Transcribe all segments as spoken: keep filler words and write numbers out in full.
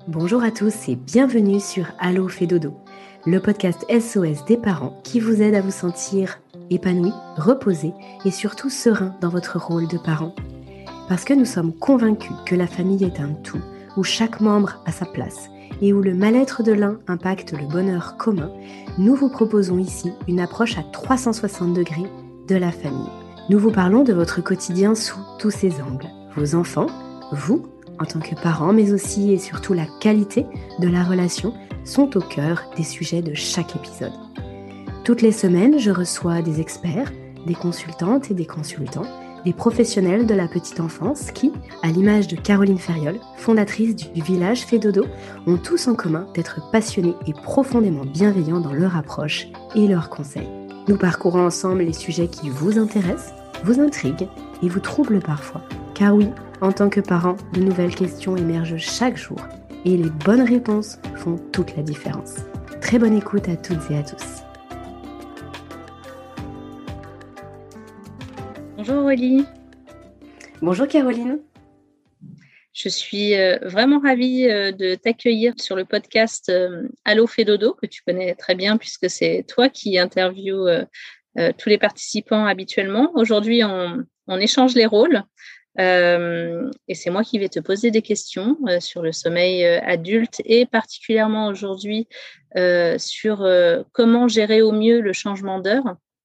Bonjour à tous et bienvenue sur Allo fait dodo, le podcast S O S des parents qui vous aide à vous sentir épanoui, reposé et surtout serein dans votre rôle de parent. Parce que nous sommes convaincus que la famille est un tout, où chaque membre a sa place et où le mal-être de l'un impacte le bonheur commun, nous vous proposons ici une approche à trois cent soixante degrés de la famille. Nous vous parlons de votre quotidien sous tous ses angles, vos enfants, vous, en tant que parents, mais aussi et surtout la qualité de la relation sont au cœur des sujets de chaque épisode. Toutes les semaines, je reçois des experts, des consultantes et des consultants, des professionnels de la petite enfance qui, à l'image de Caroline Ferriol, fondatrice du village Fait Dodo, ont tous en commun d'être passionnés et profondément bienveillants dans leur approche et leurs conseils. Nous parcourons ensemble les sujets qui vous intéressent, vous intriguent et vous troublent parfois. Car oui, en tant que parent, de nouvelles questions émergent chaque jour et les bonnes réponses font toute la différence. Très bonne écoute à toutes et à tous. Bonjour Aurélie. Bonjour Caroline. Je suis vraiment ravie de t'accueillir sur le podcast Allo fait dodo, que tu connais très bien puisque c'est toi qui interviews tous les participants habituellement. Aujourd'hui, on, on échange les rôles. Euh, et c'est moi qui vais te poser des questions euh, sur le sommeil euh, adulte et particulièrement aujourd'hui euh, sur euh, comment gérer au mieux le changement d'heure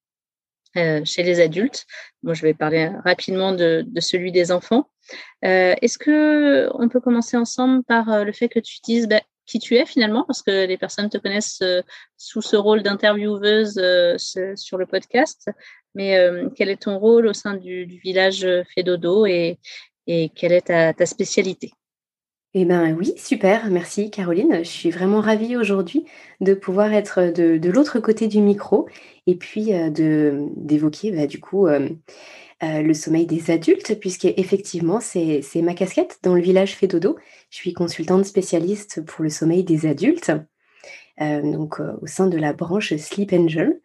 euh, chez les adultes. Moi, je vais parler rapidement de, de celui des enfants. Euh, est-ce que on peut commencer ensemble par euh, le fait que tu dises bah, qui tu es finalement, parce que les personnes te connaissent euh, sous ce rôle d'intervieweuse euh, ce, sur le podcast. Mais euh, quel est ton rôle au sein du, du village Fait Dodo et, et quelle est ta, ta spécialité? Eh bien oui, super, merci Caroline. Je suis vraiment ravie aujourd'hui de pouvoir être de, de l'autre côté du micro et puis euh, de, d'évoquer bah, du coup euh, euh, le sommeil des adultes, puisque effectivement c'est, c'est ma casquette dans le village Fait Dodo. Je suis consultante spécialiste pour le sommeil des adultes, euh, donc euh, au sein de la branche Sleep Angel.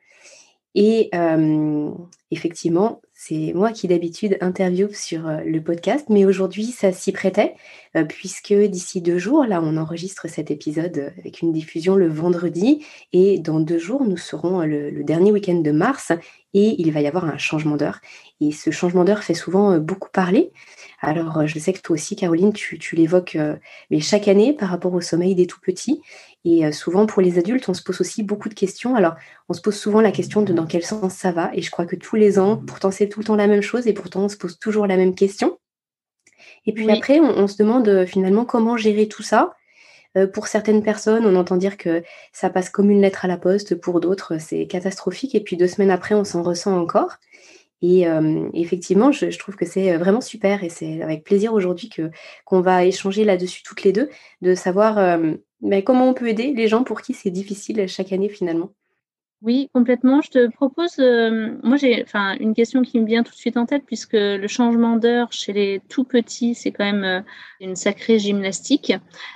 Et euh, effectivement, c'est moi qui d'habitude interviewe sur euh, le podcast, mais aujourd'hui ça s'y prêtait, euh, puisque d'ici deux jours, là on enregistre cet épisode euh, avec une diffusion le vendredi, et dans deux jours nous serons euh, le, le dernier week-end de mars, et il va y avoir un changement d'heure. Et ce changement d'heure fait souvent euh, beaucoup parler. Alors euh, je sais que toi aussi Caroline, tu, tu l'évoques euh, mais chaque année par rapport au sommeil des tout petits, et euh, souvent pour les adultes on se pose aussi beaucoup de questions. Alors on se pose souvent la question de dans quel sens ça va, et je crois que tous les ans, pourtant c'est tout le temps la même chose, et pourtant on se pose toujours la même question. Et puis Oui. après, on, on se demande euh, finalement comment gérer tout ça. Euh, pour certaines personnes, on entend dire que ça passe comme une lettre à la poste, pour d'autres, c'est catastrophique, et puis deux semaines après, on s'en ressent encore. Et euh, effectivement, je, je trouve que c'est vraiment super, et c'est avec plaisir aujourd'hui que, qu'on va échanger là-dessus toutes les deux, de savoir euh, ben, comment on peut aider les gens pour qui c'est difficile chaque année finalement. Oui, complètement. Je te propose, euh, moi j'ai enfin, une question qui me vient tout de suite en tête, puisque le changement d'heure chez les tout petits, c'est quand même euh, une sacrée gymnastique.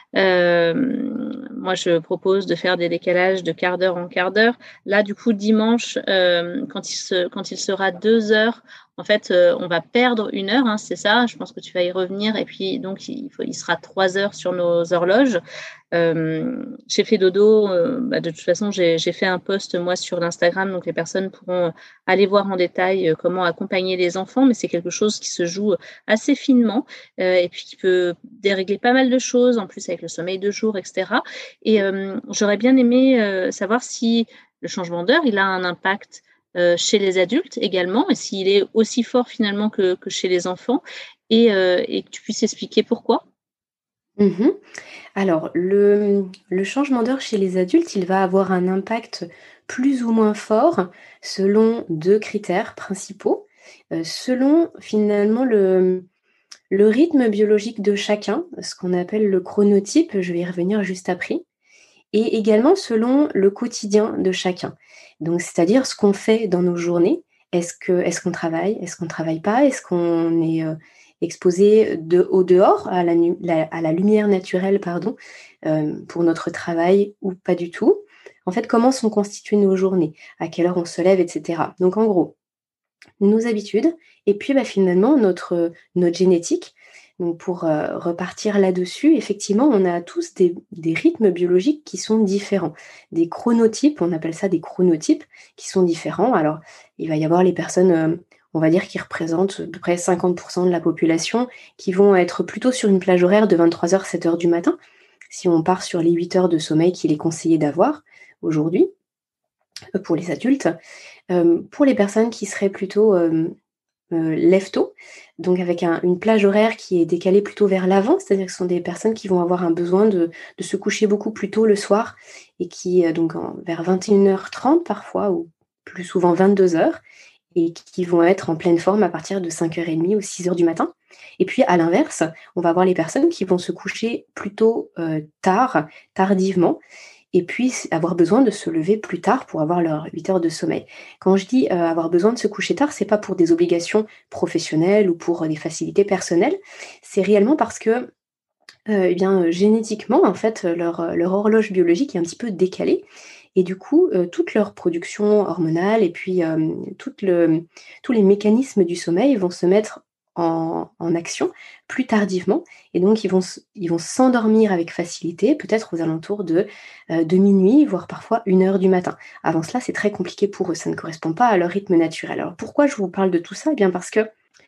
Euh, moi, je propose de faire des décalages de quart d'heure en quart d'heure. Là, du coup, dimanche, euh, quand, il se, quand il sera deux heures, en fait, euh, on va perdre une heure, hein, c'est ça. Je pense que tu vas y revenir. Et puis, donc, il, faut, il sera trois heures sur nos horloges. Euh, j'ai fait dodo, euh, bah, de toute façon, j'ai, j'ai fait un post, moi, sur l'Instagram, donc les personnes pourront aller voir en détail euh, comment accompagner les enfants, mais c'est quelque chose qui se joue assez finement euh, et puis qui peut dérégler pas mal de choses, en plus avec le sommeil de jour, et cetera. Et euh, j'aurais bien aimé euh, savoir si le changement d'heure, il a un impact euh, chez les adultes également, et s'il est aussi fort finalement que, que chez les enfants, et, euh, et que tu puisses expliquer pourquoi. Mmh. Alors le, le changement d'heure chez les adultes, il va avoir un impact plus ou moins fort selon deux critères principaux, heu, selon finalement le le rythme biologique de chacun, ce qu'on appelle le chronotype, je vais y revenir juste après, et également selon le quotidien de chacun. Donc c'est-à-dire ce qu'on fait dans nos journées. Est-ce que est-ce qu'on travaille? Est-ce qu'on ne travaille pas? Est-ce qu'on est, heu, exposé de au dehors à la nu la à la lumière naturelle, pardon, hem, pour notre travail ou pas du tout? En fait, comment sont constituées nos journées? À quelle heure on se lève et cetera? Donc en gros, nos habitudes et puis, bah, finalement notre, notre génétique. Donc pour euh, repartir là-dessus, effectivement, on a tous des, des rythmes biologiques qui sont différents. Des chronotypes, on appelle ça des chronotypes, qui sont différents. Alors, il va y avoir les personnes, euh, on va dire, qui représentent à peu près cinquante pour cent de la population, qui vont être plutôt sur une plage horaire de vingt-trois heures, sept heures du matin, si on part sur les huit heures de sommeil qu'il est conseillé d'avoir aujourd'hui, euh, pour les adultes. Euh, pour les personnes qui seraient plutôt... euh, euh, lève tôt, donc avec un, une plage horaire qui est décalée plutôt vers l'avant, c'est-à-dire que ce sont des personnes qui vont avoir un besoin de, de se coucher beaucoup plus tôt le soir et qui, euh, donc en, vers vingt et une heures trente parfois, ou plus souvent vingt-deux heures, et qui vont être en pleine forme à partir de cinq heures trente ou six heures du matin. Et puis à l'inverse, on va avoir les personnes qui vont se coucher plutôt euh, tard, tardivement, et puis avoir besoin de se lever plus tard pour avoir leurs huit heures de sommeil. Quand je dis euh, avoir besoin de se coucher tard, c'est pas pour des obligations professionnelles ou pour des facilités personnelles, c'est réellement parce que euh, eh bien, génétiquement, en fait, leur, leur horloge biologique est un petit peu décalée. Et du coup, euh, toute leur production hormonale et puis euh, tout le, tous les mécanismes du sommeil vont se mettre en, en action plus tardivement. Et donc, ils vont, ils vont s'endormir avec facilité, peut-être aux alentours de, euh, de minuit, voire parfois une heure du matin. Avant cela, c'est très compliqué pour eux, ça ne correspond pas à leur rythme naturel. Alors, pourquoi je vous parle de tout ça? Eh bien, parce que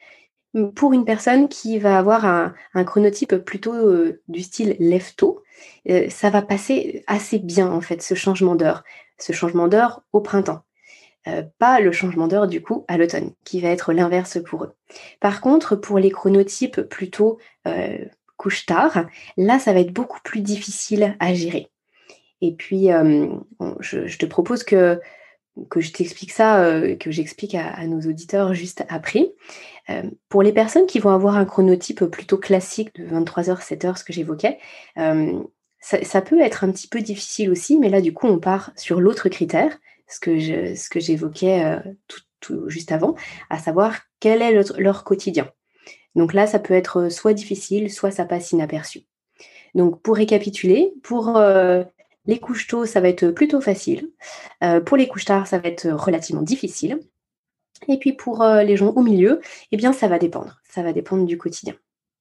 pour une personne qui va avoir un, un chronotype plutôt euh, du style lève-tôt, euh, ça va passer assez bien en fait, ce changement d'heure. Ce changement d'heure au printemps. Euh, pas le changement d'heure du coup à l'automne, qui va être l'inverse pour eux. Par contre, pour les chronotypes plutôt euh, couche-tard, là ça va être beaucoup plus difficile à gérer. Et puis, euh, bon, je, je te propose que que je t'explique ça, euh, que j'explique à, à nos auditeurs juste après. Euh, pour les personnes qui vont avoir un chronotype plutôt classique de vingt-trois heures, sept heures, ce que j'évoquais, euh, ça, ça peut être un petit peu difficile aussi, mais là du coup on part sur l'autre critère, ce que, je, ce que j'évoquais euh, tout, tout juste avant, à savoir quel est leur, leur quotidien. Donc là ça peut être soit difficile, soit ça passe inaperçu. Donc pour récapituler, pour euh, les couches tôt, ça va être plutôt facile. Euh, pour les couches tard, ça va être relativement difficile. Et puis pour euh, les gens au milieu, eh bien ça va dépendre. Ça va dépendre du quotidien.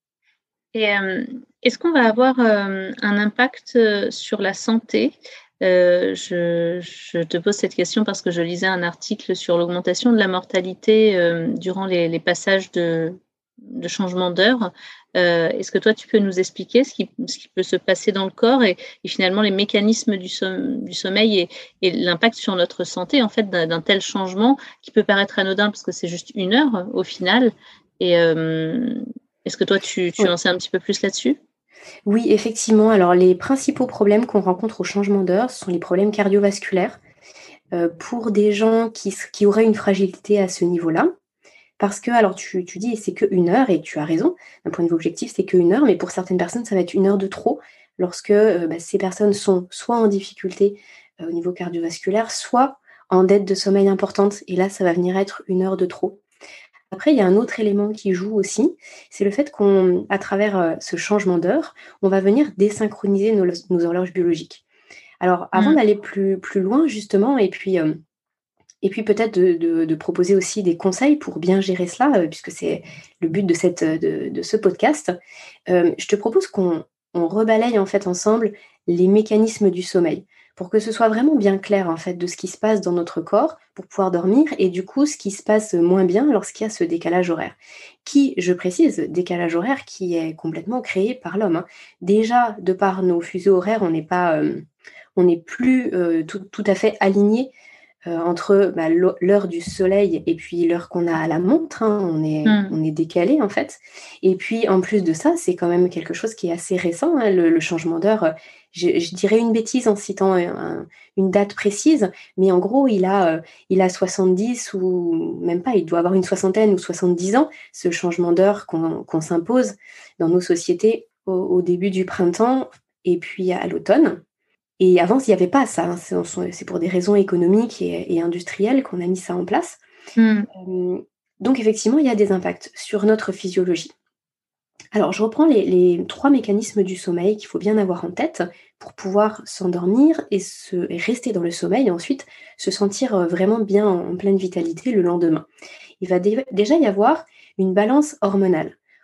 Et euh, est-ce qu'on va avoir euh, un impact euh, sur la santé? Euh, je, je te pose cette question parce que je lisais un article sur l'augmentation de la mortalité euh, durant les, les passages de, de changement d'heure. Euh, est-ce que toi, tu peux nous expliquer ce qui, ce qui peut se passer dans le corps et, et finalement les mécanismes du, som- du sommeil et, et l'impact sur notre santé en fait d'un, d'un tel changement qui peut paraître anodin parce que c'est juste une heure au final. Et euh, est-ce que toi, tu, tu Oui. en sais un petit peu plus là-dessus? Oui, effectivement. Alors les principaux problèmes qu'on rencontre au changement d'heure, ce sont les problèmes cardiovasculaires. Euh, pour des gens qui, qui auraient une fragilité à ce niveau-là, parce que, alors tu, tu dis, c'est qu'une heure, et tu as raison, d'un point de vue objectif, c'est qu'une heure, mais pour certaines personnes, ça va être une heure de trop, lorsque euh, bah, ces personnes sont soit en difficulté euh, au niveau cardiovasculaire, soit en dette de sommeil importante, et là, ça va venir être une heure de trop. Après, il y a un autre élément qui joue aussi, c'est le fait qu'à travers euh, ce changement d'heure, on va venir désynchroniser nos, nos horloges biologiques. Alors, avant Mm. d'aller plus, plus loin, justement, et puis... euh, et puis peut-être de, de, de proposer aussi des conseils pour bien gérer cela, euh, puisque c'est le but de, cette, de, de ce podcast. Euh, je te propose qu'on on rebalaye en fait ensemble les mécanismes du sommeil, pour que ce soit vraiment bien clair en fait de ce qui se passe dans notre corps pour pouvoir dormir, et du coup ce qui se passe moins bien lorsqu'il y a ce décalage horaire. Qui, je précise, décalage horaire qui est complètement créé par l'homme. Hein. Déjà, de par nos fuseaux horaires, on n'est pas, euh, on n'est plus euh, tout, tout à fait aligné euh, entre bah, l'heure du soleil et puis l'heure qu'on a à la montre, hein, on est, Mm. on est décalé en fait. Et puis en plus de ça, c'est quand même quelque chose qui est assez récent, hein, le, le changement d'heure. Je, je dirais une bêtise en citant un, une date précise, mais en gros, il a, euh, il a soixante-dix ou même pas, il doit avoir une soixantaine ou soixante-dix ans, ce changement d'heure qu'on qu'on s'impose dans nos sociétés au, au début du printemps et puis à l'automne. Et avant, il n'y avait pas ça. Hein. C'est, c'est pour des raisons économiques et, et industrielles qu'on a mis ça en place. Mm. Euh, donc, effectivement, il y a des impacts sur notre physiologie. Alors, je reprends les, les trois mécanismes du sommeil qu'il faut bien avoir en tête pour pouvoir s'endormir et, se, et rester dans le sommeil et ensuite se sentir vraiment bien en, en pleine vitalité le lendemain. Il va dé- déjà y avoir une balance hormonale.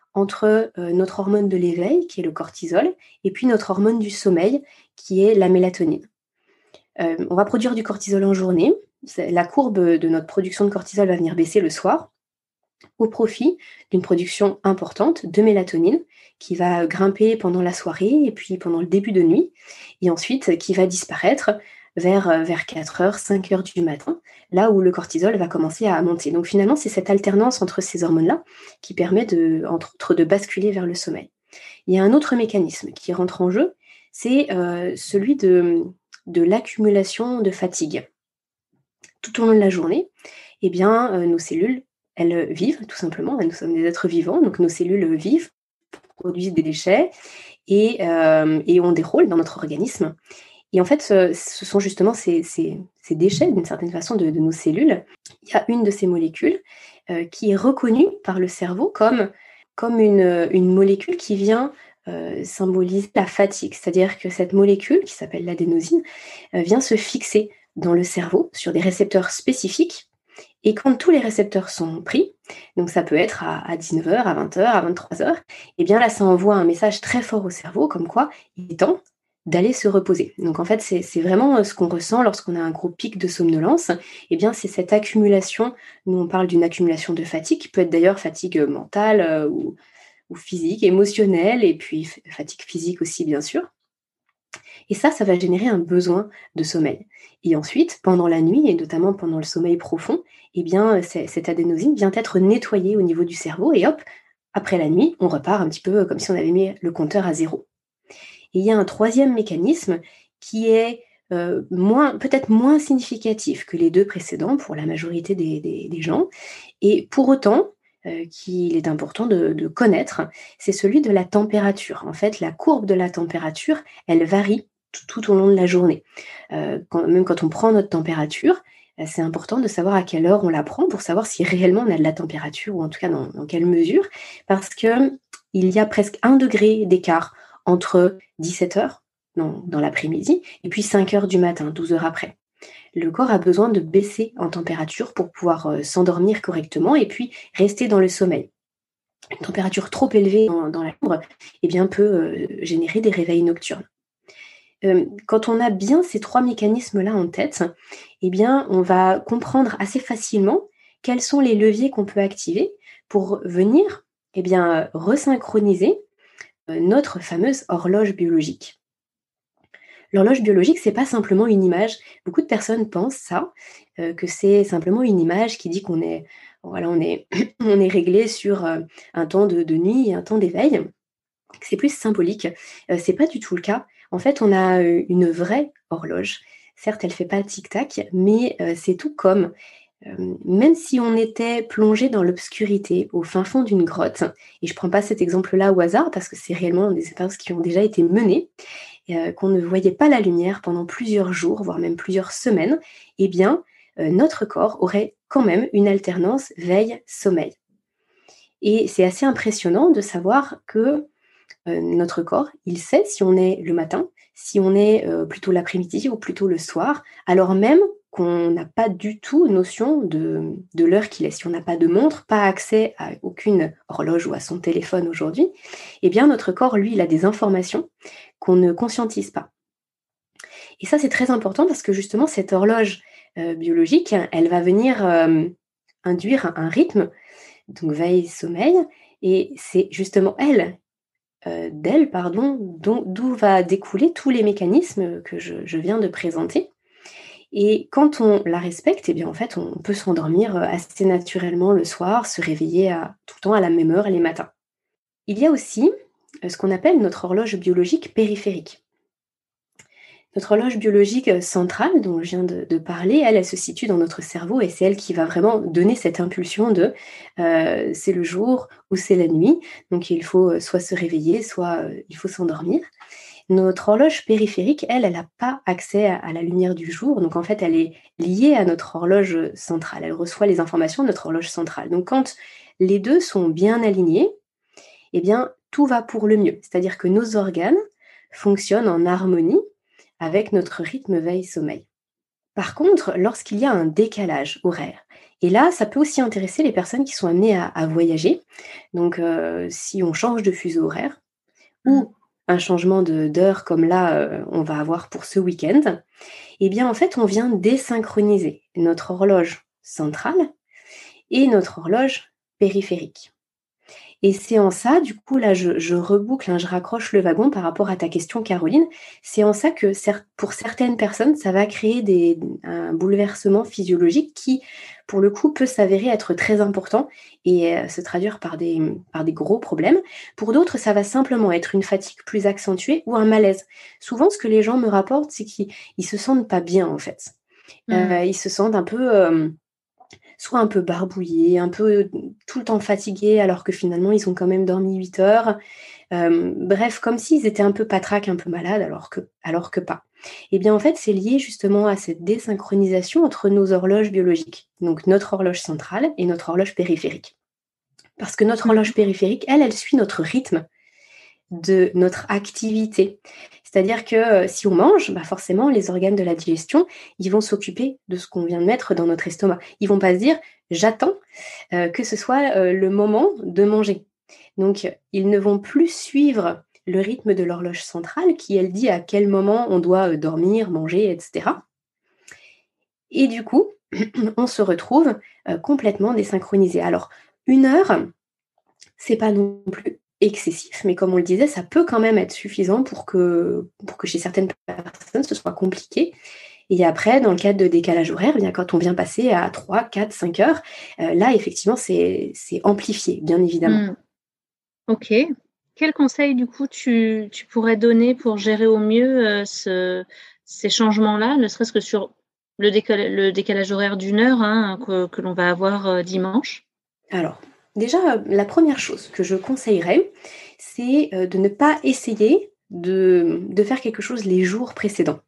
entre euh, notre hormone de l'éveil, qui est le cortisol, et puis notre hormone du sommeil, qui est la mélatonine. Euh, on va produire du cortisol en journée. La courbe de notre production de cortisol va venir baisser le soir, au profit d'une production importante de mélatonine qui va grimper pendant la soirée et puis pendant le début de nuit, et ensuite qui va disparaître vers, vers quatre heures, cinq heures du matin, là où le cortisol va commencer à monter. Donc finalement, c'est cette alternance entre ces hormones-là qui permet, de, entre autres, de basculer vers le sommeil. Il y a un autre mécanisme qui rentre en jeu, c'est euh, celui de, de l'accumulation de fatigue. Tout au long de la journée, eh bien, euh, nos cellules, elles vivent tout simplement, nous sommes des êtres vivants, donc nos cellules vivent, produisent des déchets et, euh, et ont des rôles dans notre organisme. Et en fait, ce, ce sont justement ces, ces, ces déchets, d'une certaine façon, de, de nos cellules. Il y a une de ces molécules euh, qui est reconnue par le cerveau comme, comme une, une molécule qui vient euh, symboliser la fatigue. C'est-à-dire que cette molécule, qui s'appelle l'adénosine, euh, vient se fixer dans le cerveau sur des récepteurs spécifiques. Et quand tous les récepteurs sont pris, donc ça peut être à, à dix-neuf heures, à vingt heures, à vingt-trois heures, et bien là, ça envoie un message très fort au cerveau, comme quoi il est temps d'aller se reposer. Donc en fait, c'est, c'est vraiment ce qu'on ressent lorsqu'on a un gros pic de somnolence. Et bien, c'est cette accumulation, nous on parle d'une accumulation de fatigue, qui peut être d'ailleurs fatigue mentale euh, ou, ou physique, émotionnelle, et puis fatigue physique aussi, bien sûr. Et ça, ça va générer un besoin de sommeil. Et ensuite, pendant la nuit, et notamment pendant le sommeil profond, eh bien, cette adénosine vient être nettoyée au niveau du cerveau, et hop, après la nuit, on repart un petit peu comme si on avait mis le compteur à zéro. Et il y a un troisième mécanisme qui est euh, moins, peut-être moins significatif que les deux précédents pour la majorité des, des, des gens, et pour autant, euh, qu'il est important de, de connaître, c'est celui de la température. En fait, la courbe de la température, elle varie tout, tout au long de la journée. Euh, quand, même quand on prend notre température, euh, c'est important de savoir à quelle heure on la prend pour savoir si réellement on a de la température, ou en tout cas dans, dans quelle mesure, parce qu'il y a presque un degré d'écart entre dix-sept heures dans, dans l'après-midi et puis cinq heures du matin, douze heures après. Le corps a besoin de baisser en température pour pouvoir euh, s'endormir correctement et puis rester dans le sommeil. Une température trop élevée dans, dans la chambre eh bien, peut euh, générer des réveils nocturnes. Euh, quand on a bien ces trois mécanismes-là en tête, eh bien, on va comprendre assez facilement quels sont les leviers qu'on peut activer pour venir eh bien, resynchroniser notre fameuse horloge biologique. L'horloge biologique, c'est pas simplement une image. Beaucoup de personnes pensent ça, euh, que c'est simplement une image qui dit qu'on est, voilà, on est, on est réglé sur euh, un temps de, de nuit et un temps d'éveil. C'est plus symbolique. Euh, c'est pas du tout le cas. En fait, on a euh, une vraie horloge. Certes, elle fait pas tic-tac, mais euh, c'est tout comme. Euh, même si on était plongé dans l'obscurité, au fin fond d'une grotte, et je ne prends pas cet exemple-là au hasard parce que c'est réellement des expériences qui ont déjà été menées, et, euh, qu'on ne voyait pas la lumière pendant plusieurs jours, voire même plusieurs semaines, eh bien, euh, notre corps aurait quand même une alternance veille-sommeil. Et c'est assez impressionnant de savoir que euh, notre corps, il sait si on est le matin, si on est euh, plutôt l'après-midi ou plutôt le soir, alors même qu'on n'a pas du tout notion de, de l'heure qu'il est. Si on n'a pas de montre, pas accès à aucune horloge ou à son téléphone aujourd'hui, eh bien notre corps, lui, il a des informations qu'on ne conscientise pas. Et ça, c'est très important parce que justement, cette horloge euh, biologique, elle va venir euh, induire un, un rythme, donc veille-sommeil, et c'est justement elle Euh, d'elle, pardon, dont, d'où va découler tous les mécanismes que je, je viens de présenter. Et quand on la respecte, eh bien en fait, on peut s'endormir assez naturellement le soir, se réveiller à, tout le temps à la même heure les matins. Il y a aussi euh, ce qu'on appelle notre horloge biologique périphérique. Notre horloge biologique centrale, dont je viens de, de parler, elle, elle se situe dans notre cerveau et c'est elle qui va vraiment donner cette impulsion de euh, c'est le jour ou c'est la nuit. Donc il faut soit se réveiller, soit euh, il faut s'endormir. Notre horloge périphérique, elle, elle n'a pas accès à, à la lumière du jour. Donc en fait, elle est liée à notre horloge centrale. Elle reçoit les informations de notre horloge centrale. Donc quand les deux sont bien alignés, eh bien tout va pour le mieux. C'est-à-dire que nos organes fonctionnent en harmonie avec notre rythme veille-sommeil. Par contre, lorsqu'il y a un décalage horaire, et là, ça peut aussi intéresser les personnes qui sont amenées à, à voyager. Donc, euh, si on change de fuseau horaire Mmh. ou un changement de, d'heure comme là, euh, on va avoir pour ce week-end, eh bien, en fait, on vient désynchroniser notre horloge centrale et notre horloge périphérique. Et c'est en ça, du coup, là, je, je reboucle, hein, je raccroche le wagon par rapport à ta question, Caroline. C'est en ça que cer- pour certaines personnes, ça va créer des, un bouleversement physiologique qui, pour le coup, peut s'avérer être très important et euh, se traduire par des, par des gros problèmes. Pour d'autres, ça va simplement être une fatigue plus accentuée ou un malaise. Souvent, ce que les gens me rapportent, c'est qu'ils ils se sentent pas bien, en fait. Mmh. Euh, ils se sentent un peu... euh, soit un peu barbouillés, un peu tout le temps fatigués, alors que finalement ils ont quand même dormi huit heures. Euh, bref, comme s'ils étaient un peu patraques, un peu malades, alors que, alors que pas. Et bien en fait, c'est lié justement à cette désynchronisation entre nos horloges biologiques, donc notre horloge centrale et notre horloge périphérique. Parce que notre Mmh. horloge périphérique, elle, elle suit notre rythme de notre activité. C'est-à-dire que euh, si on mange, bah forcément, les organes de la digestion, ils vont s'occuper de ce qu'on vient de mettre dans notre estomac. Ils vont pas se dire, j'attends euh, que ce soit euh, le moment de manger. Donc, ils ne vont plus suivre le rythme de l'horloge centrale qui, elle, dit à quel moment on doit euh, dormir, manger, et cetera. Et du coup, on se retrouve euh, complètement désynchronisé. Alors, une heure, c'est pas non plus excessif, mais comme on le disait, ça peut quand même être suffisant pour que, pour que chez certaines personnes, ce soit compliqué. Et après, dans le cadre de décalage horaire, eh bien, quand on vient passer à trois, quatre, cinq heures, euh, là, effectivement, c'est, c'est amplifié, bien évidemment. Mmh. OK. Quels conseils, du coup, tu tu pourrais donner pour gérer au mieux, heu, ce ces changements-là, ne serait-ce que sur le décala le décalage horaire d'une heure, hein, que que l'on va avoir, heu, dimanche? Alors, déjà, euh, la première chose que je conseillerais, c'est euh, de ne pas essayer de, de faire quelque chose les jours précédents.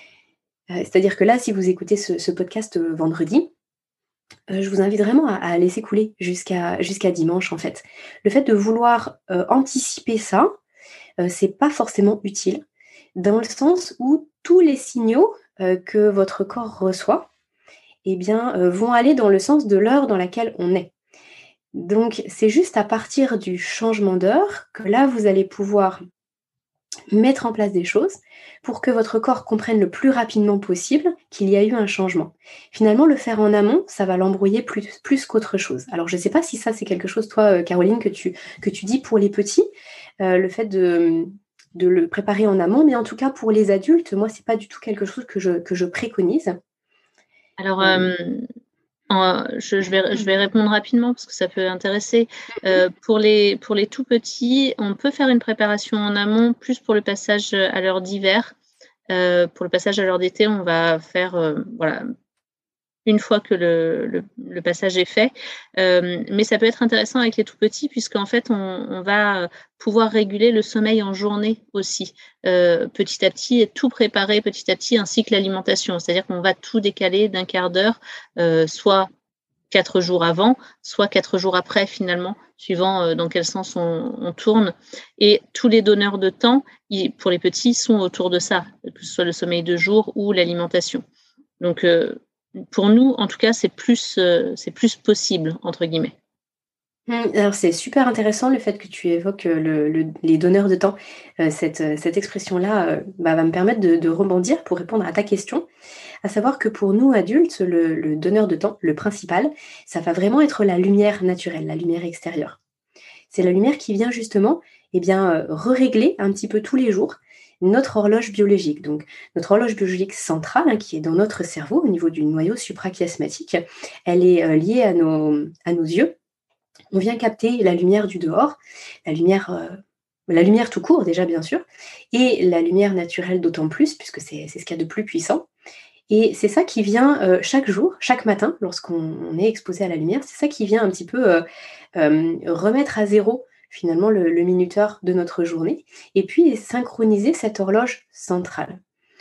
Euh, c'est-à-dire que là, si vous écoutez ce, ce podcast euh, vendredi, Heu, je vous invite vraiment à à laisser couler jusqu'à jusqu'à dimanche, en fait. Le fait de vouloir, heu, anticiper ça, heu, c'est pas forcément utile, dans le sens où tous les signaux, heu, que votre corps reçoit, eh bien, heu, vont aller dans le sens de l'heure dans laquelle on est. Donc c'est juste à partir du changement d'heure que là, vous allez pouvoir mettre en place des choses pour que votre corps comprenne le plus rapidement possible qu'il y a eu un changement. Finalement, le faire en amont, ça va l'embrouiller plus, plus qu'autre chose. Alors, je ne sais pas si ça, c'est quelque chose, toi, euh, Caroline, que tu, que tu dis pour les petits, euh, le fait de, de le préparer en amont, mais en tout cas, pour les adultes, moi, c'est pas du tout quelque chose que je, que je préconise. Alors, Euh, hem, en je je vais je vais répondre rapidement parce que ça peut intéresser. Heu, pour les pour les tout petits, on peut faire une préparation en amont, plus pour le passage, à l'heure d'hiver. Heu, pour le passage à l'heure d'été, on va faire, heu, voilà, une fois que le le le passage est fait, hem, mais ça peut être intéressant avec les tout petits puisqu'en fait on on va, heu, pouvoir réguler le sommeil en journée aussi, heu, petit à petit et tout préparer petit à petit ainsi que l'alimentation. C'est-à-dire qu'on va tout décaler d'un quart d'heure, heu, soit quatre jours avant, soit quatre jours après finalement, suivant, heu, dans quel sens on on tourne et tous les donneurs de temps, ils pour les petits sont autour de ça, que ce soit le sommeil de jour ou l'alimentation. Donc, heu, pour nous, en tout cas, c'est plus, heu, c'est «plus possible» entre guillemets. Mmh, alors c'est super intéressant le fait que tu évoques, heu, le le les donneurs de temps. Heu, cette, heu, cette expression-là, heu, bah, va me permettre de de rebondir pour répondre à ta question. À savoir que pour nous adultes, le le donneur de temps, le principal, ça va vraiment être la lumière naturelle, la lumière extérieure. C'est la lumière qui vient justement, eh bien, heu, rérégler un petit peu tous les jours notre horloge biologique. Donc notre horloge biologique centrale, hein, qui est dans notre cerveau au niveau du noyau suprachiasmatique, elle est, heu, liée à nos à nos yeux. On vient capter la lumière du dehors, la lumière, heu, la lumière tout court déjà bien sûr et la lumière naturelle d'autant plus puisque c'est c'est ce qu'il y a de plus puissant et c'est ça qui vient, heu, chaque jour, chaque matin lorsqu'on on est exposé à la lumière, c'est ça qui vient un petit peu, heu, hem, remettre à zéro finalement le le minuteur de notre journée et puis synchroniser cette horloge centrale.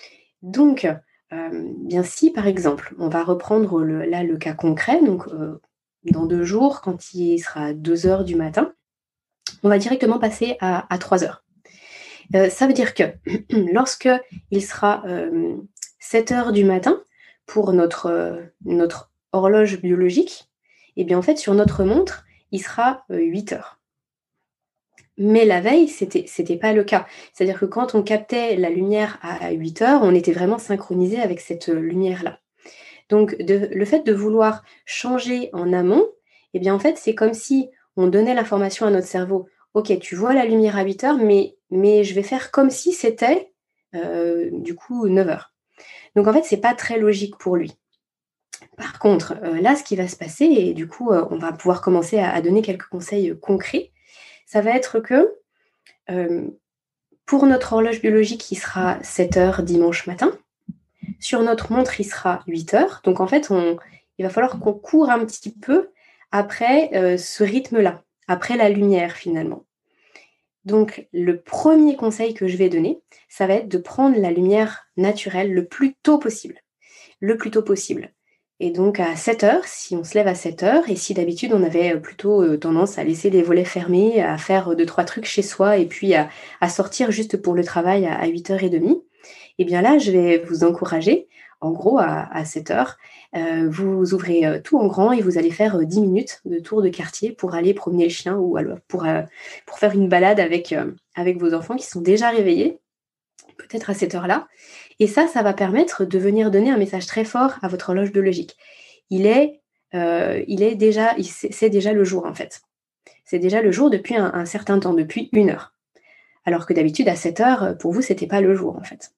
Donc, hem, bien si par exemple, on va reprendre le là le cas concret donc, heu, dans deux jours quand il sera deux heures du matin, on va directement passer à à trois heures. Heu, ça veut dire que lorsque il sera, hem, sept heures du matin, pour notre, euh, notre horloge biologique, eh bien en fait sur notre montre, il sera euh, huit heures. Mais la veille, c'était c'était pas le cas. C'est-à-dire que quand on captait la lumière à huit heures, on était vraiment synchronisé avec cette euh, lumière-là. Donc de, le fait de vouloir changer en amont, eh bien en fait, c'est comme si on donnait l'information à notre cerveau. Ok, tu vois la lumière à huit heures, mais, mais je vais faire comme si c'était euh, du coup neuf heures. Donc en fait, c'est pas très logique pour lui. Par contre, euh, là, ce qui va se passer, et du coup, euh, on va pouvoir commencer à, à donner quelques conseils euh, concrets, ça va être que euh, pour notre horloge biologique, il sera sept heures dimanche matin. Sur notre montre, il sera huit heures. Donc en fait, on, il va falloir qu'on court un petit peu après euh, ce rythme-là, après la lumière finalement. Donc le premier conseil que je vais donner, ça va être de prendre la lumière naturelle le plus tôt possible. Le plus tôt possible. Et donc à sept heures, si on se lève à sept heures, et si d'habitude on avait plutôt tendance à laisser les volets fermés, à faire deux, trois trucs chez soi, et puis à, à sortir juste pour le travail à, à huit heures trente, eh bien là, je vais vous encourager, en gros, à, à sept heures, euh, vous ouvrez euh, tout en grand et vous allez faire euh, dix minutes de tour de quartier pour aller promener le chien ou alors pour, euh, pour faire une balade avec, euh, avec vos enfants qui sont déjà réveillés, peut-être à cette heure-là. Et ça, ça va permettre de venir donner un message très fort à votre horloge biologique. Il est, euh, il est déjà, il, c'est, c'est déjà le jour en fait. C'est déjà le jour depuis un, un certain temps, depuis une heure. Alors que d'habitude, à sept heures, pour vous, c'était pas le jour en fait.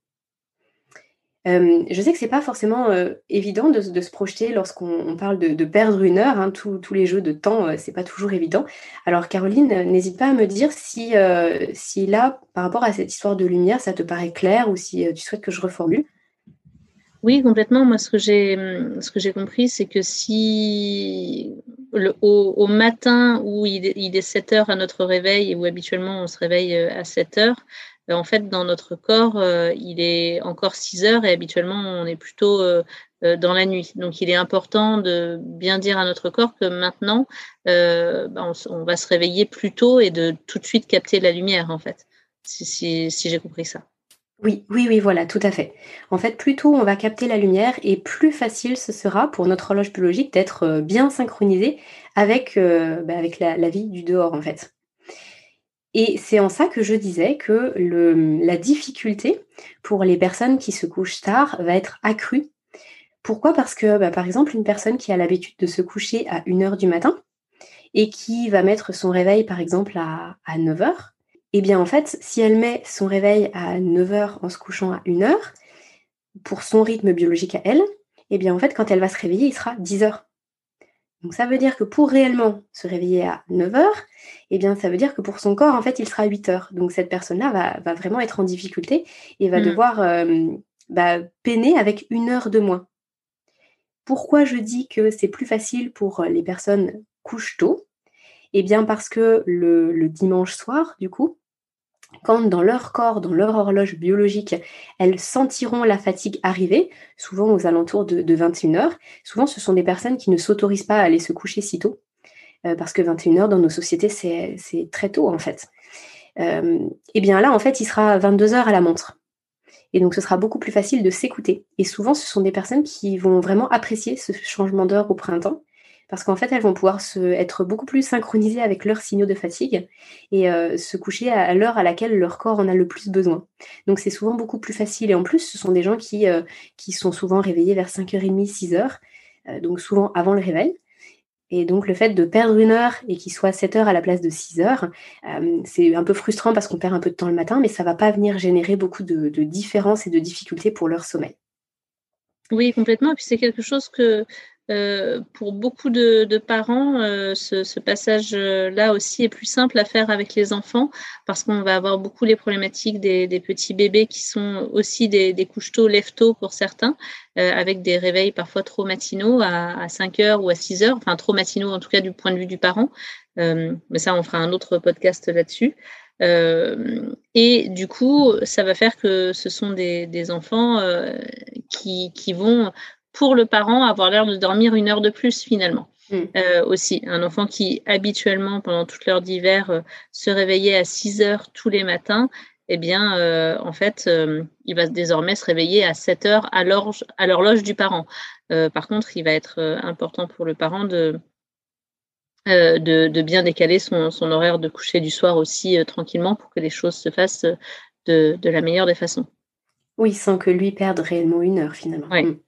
Euh, je sais que c'est pas forcément euh, évident de, de se projeter lorsqu'on on parle de, de perdre une heure. Hein, tous, tous les jeux de temps, euh, c'est pas toujours évident. Alors Caroline, euh, n'hésite pas à me dire si, euh, si là, par rapport à cette histoire de lumière, ça te paraît clair ou si euh, tu souhaites que je reformule. Oui, complètement. Moi, ce que j'ai, ce que j'ai compris, c'est que si le, au, au matin où il est, il est sept heures à notre réveil et où habituellement on se réveille à sept heures, en fait, dans notre corps, euh, il est encore six heures et habituellement, on est plutôt euh, dans la nuit. Donc, il est important de bien dire à notre corps que maintenant, euh, ben, on, on va se réveiller plus tôt et de tout de suite capter la lumière, en fait, si, si, si j'ai compris ça. Oui, oui, oui, voilà, tout à fait. En fait, plus tôt on va capter la lumière et plus facile ce sera pour notre horloge biologique d'être euh, bien synchronisée avec, euh, bah, avec la, la vie du dehors, en fait. Et c'est en ça que je disais que le, la difficulté pour les personnes qui se couchent tard va être accrue. Pourquoi? Parce que, bah, par exemple, une personne qui a l'habitude de se coucher à une heure du matin et qui va mettre son réveil, par exemple, à, à neuf heures, eh bien, en fait, si elle met son réveil à neuf heures en se couchant à une heure, pour son rythme biologique à elle, eh bien, en fait, quand elle va se réveiller, il sera dix heures. Donc ça veut dire que pour réellement se réveiller à neuf heures, eh bien ça veut dire que pour son corps, en fait, il sera huit heures. Donc cette personne-là va, va vraiment être en difficulté et va Mmh. devoir euh, bah, peiner avec une heure de moins. Pourquoi je dis que c'est plus facile pour les personnes couches tôt? Eh bien parce que le, le dimanche soir, du coup, quand dans leur corps, dans leur horloge biologique, elles sentiront la fatigue arriver, souvent aux alentours de, de vingt et une heures, souvent ce sont des personnes qui ne s'autorisent pas à aller se coucher si tôt, euh, parce que vingt et une heures dans nos sociétés, c'est, c'est très tôt en fait. Euh, et bien là, en fait, il sera vingt-deux heures à la montre. Et donc, ce sera beaucoup plus facile de s'écouter. Et souvent, ce sont des personnes qui vont vraiment apprécier ce changement d'heure au printemps, parce qu'en fait, elles vont pouvoir se, être beaucoup plus synchronisées avec leurs signaux de fatigue et euh, se coucher à, à l'heure à laquelle leur corps en a le plus besoin. Donc, c'est souvent beaucoup plus facile. Et en plus, ce sont des gens qui, euh, qui sont souvent réveillés vers cinq heures trente, six heures, euh, donc souvent avant le réveil. Et donc, le fait de perdre une heure et qu'il soit sept heures à la place de six heures, euh, c'est un peu frustrant parce qu'on perd un peu de temps le matin, mais ça ne va pas venir générer beaucoup de, de différences et de difficultés pour leur sommeil. Oui, complètement. Et puis c'est quelque chose que euh, pour beaucoup de, de parents, euh, ce, ce passage-là aussi est plus simple à faire avec les enfants parce qu'on va avoir beaucoup les problématiques des, des petits bébés qui sont aussi des, des couches-tôt, lève-tôt pour certains, euh, avec des réveils parfois trop matinaux à, à cinq heures ou à six heures, enfin trop matinaux en tout cas du point de vue du parent. Euh, mais ça, on fera un autre podcast là-dessus. Euh, et du coup, ça va faire que ce sont des, des enfants euh, qui, qui vont, pour le parent, avoir l'air de dormir une heure de plus finalement. Mmh. Euh, aussi, un enfant qui habituellement, pendant toute l'heure d'hiver, euh, se réveillait à six heures tous les matins, eh bien, euh, en fait, euh, il va désormais se réveiller à sept heures à l'horloge, à l'horloge du parent. Euh, par contre, il va être euh, important pour le parent de, euh, de, de bien décaler son, son horaire de coucher du soir aussi euh, tranquillement pour que les choses se fassent de, de la meilleure des façons. Oui, sans que lui perde réellement une heure finalement. Ouais. Mmh.